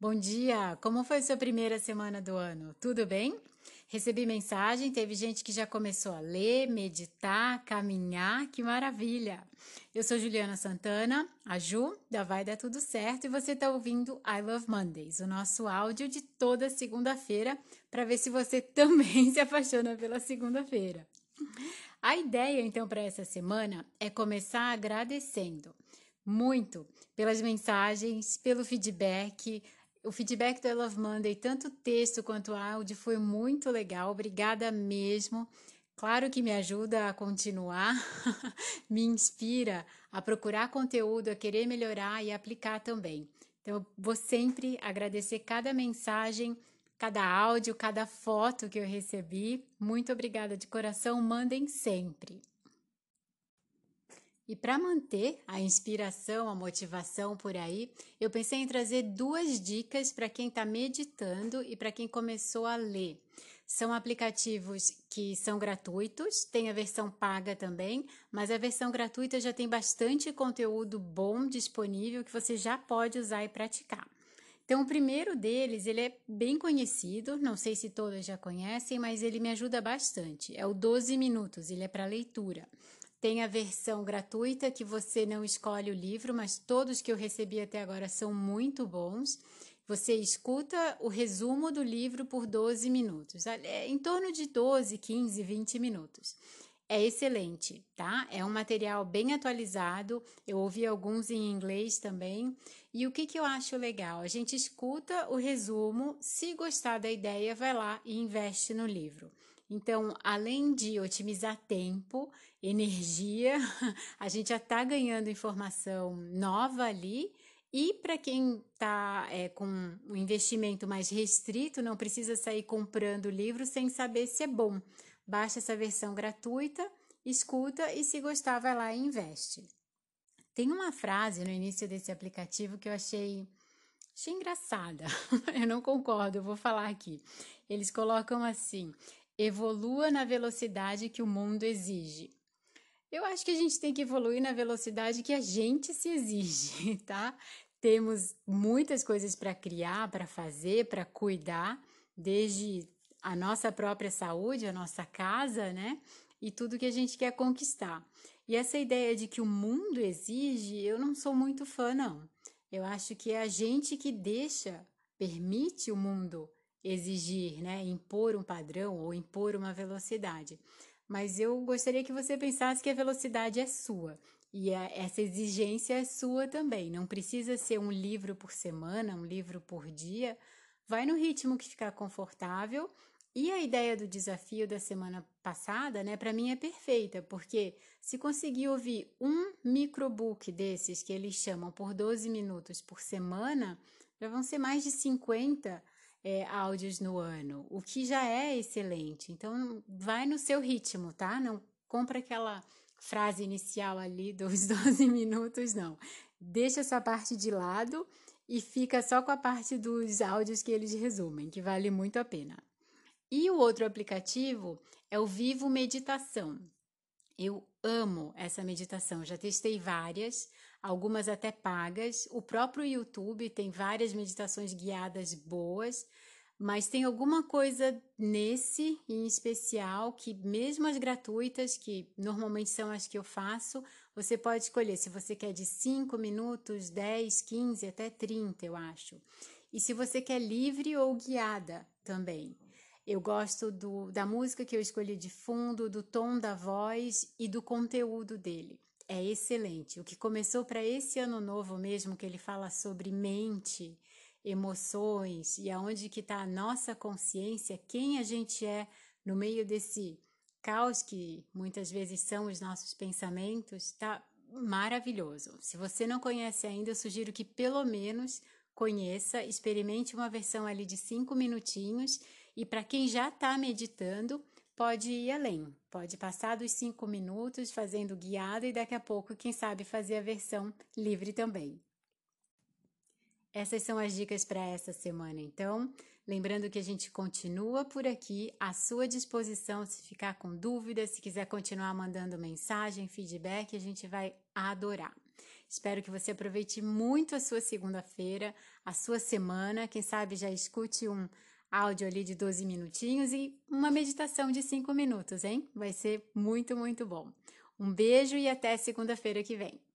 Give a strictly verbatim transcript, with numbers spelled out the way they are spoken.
Bom dia! Como foi sua primeira semana do ano? Tudo bem? Recebi mensagem, teve gente que já começou a ler, meditar, caminhar, que maravilha! Eu sou Juliana Santana, a Ju, da Vai Dar Tudo Certo, e você está ouvindo I Love Mondays, o nosso áudio de toda segunda-feira, para ver se você também se apaixona pela segunda-feira. A ideia, então, para essa semana é começar agradecendo muito pelas mensagens, pelo feedback. O feedback do I Love Monday, tanto texto quanto áudio, foi muito legal. Obrigada mesmo. Claro que me ajuda a continuar, me inspira a procurar conteúdo, a querer melhorar e aplicar também. Então, eu vou sempre agradecer cada mensagem, cada áudio, cada foto que eu recebi. Muito obrigada de coração, mandem sempre. E para manter a inspiração, a motivação por aí, eu pensei em trazer duas dicas para quem está meditando e para quem começou a ler. São aplicativos que são gratuitos, tem a versão paga também, mas a versão gratuita já tem bastante conteúdo bom disponível que você já pode usar e praticar. Então, o primeiro deles, ele é bem conhecido, não sei se todos já conhecem, mas ele me ajuda bastante. É o doze minutos, ele é para leitura. Tem a versão gratuita que você não escolhe o livro, mas todos que eu recebi até agora são muito bons. Você escuta o resumo do livro por doze minutos, é em torno de doze, quinze, vinte minutos. É excelente, tá? É um material bem atualizado. Eu ouvi alguns em inglês também. E o que, que eu acho legal? A gente escuta o resumo, se gostar da ideia, vai lá e investe no livro. Então, além de otimizar tempo, energia, a gente já está ganhando informação nova ali. E para quem está é, com um investimento mais restrito, não precisa sair comprando livro sem saber se é bom. Baixa essa versão gratuita, escuta e se gostar vai lá e investe. Tem uma frase no início desse aplicativo que eu achei, achei engraçada. Eu não concordo, eu vou falar aqui. Eles colocam assim: evolua na velocidade que o mundo exige. Eu acho que a gente tem que evoluir na velocidade que a gente se exige, tá? Temos muitas coisas para criar, para fazer, para cuidar, desde a nossa própria saúde, a nossa casa, né? E tudo que a gente quer conquistar. E essa ideia de que o mundo exige, eu não sou muito fã, não. Eu acho que é a gente que deixa, permite o mundo exigir, né? Impor um padrão ou impor uma velocidade. Mas eu gostaria que você pensasse que a velocidade é sua. E a, essa exigência é sua também. Não precisa ser um livro por semana, um livro por dia. Vai no ritmo que ficar confortável. E a ideia do desafio da semana passada, né, para mim é perfeita, porque se conseguir ouvir um microbook desses que eles chamam por doze minutos por semana, já vão ser mais de cinquenta é, áudios no ano, o que já é excelente. Então, vai no seu ritmo, tá? Não compra aquela frase inicial ali dos doze minutos, não. Deixa essa parte de lado e fica só com a parte dos áudios que eles resumem, que vale muito a pena. E o outro aplicativo é o Vivo Meditação. Eu amo essa meditação, já testei várias, algumas até pagas. O próprio YouTube tem várias meditações guiadas boas, mas tem alguma coisa nesse em especial que, mesmo as gratuitas, que normalmente são as que eu faço, você pode escolher se você quer de cinco minutos, dez, quinze, até trinta, eu acho. E se você quer livre ou guiada também. Eu gosto do, da música que eu escolhi de fundo, do tom da voz e do conteúdo dele. É excelente. O que começou para esse ano novo mesmo, que ele fala sobre mente, emoções e aonde que está a nossa consciência, quem a gente é no meio desse caos que muitas vezes são os nossos pensamentos, está maravilhoso. Se você não conhece ainda, eu sugiro que pelo menos conheça, experimente uma versão ali de cinco minutinhos. E para quem já está meditando, pode ir além, pode passar dos cinco minutos fazendo guiado e daqui a pouco, quem sabe, fazer a versão livre também. Essas são as dicas para essa semana, então. Lembrando que a gente continua por aqui, à sua disposição, se ficar com dúvidas, se quiser continuar mandando mensagem, feedback, a gente vai adorar. Espero que você aproveite muito a sua segunda-feira, a sua semana. Quem sabe já escute um áudio ali de doze minutinhos e uma meditação de cinco minutos, hein? Vai ser muito, muito bom. Um beijo e até segunda-feira que vem.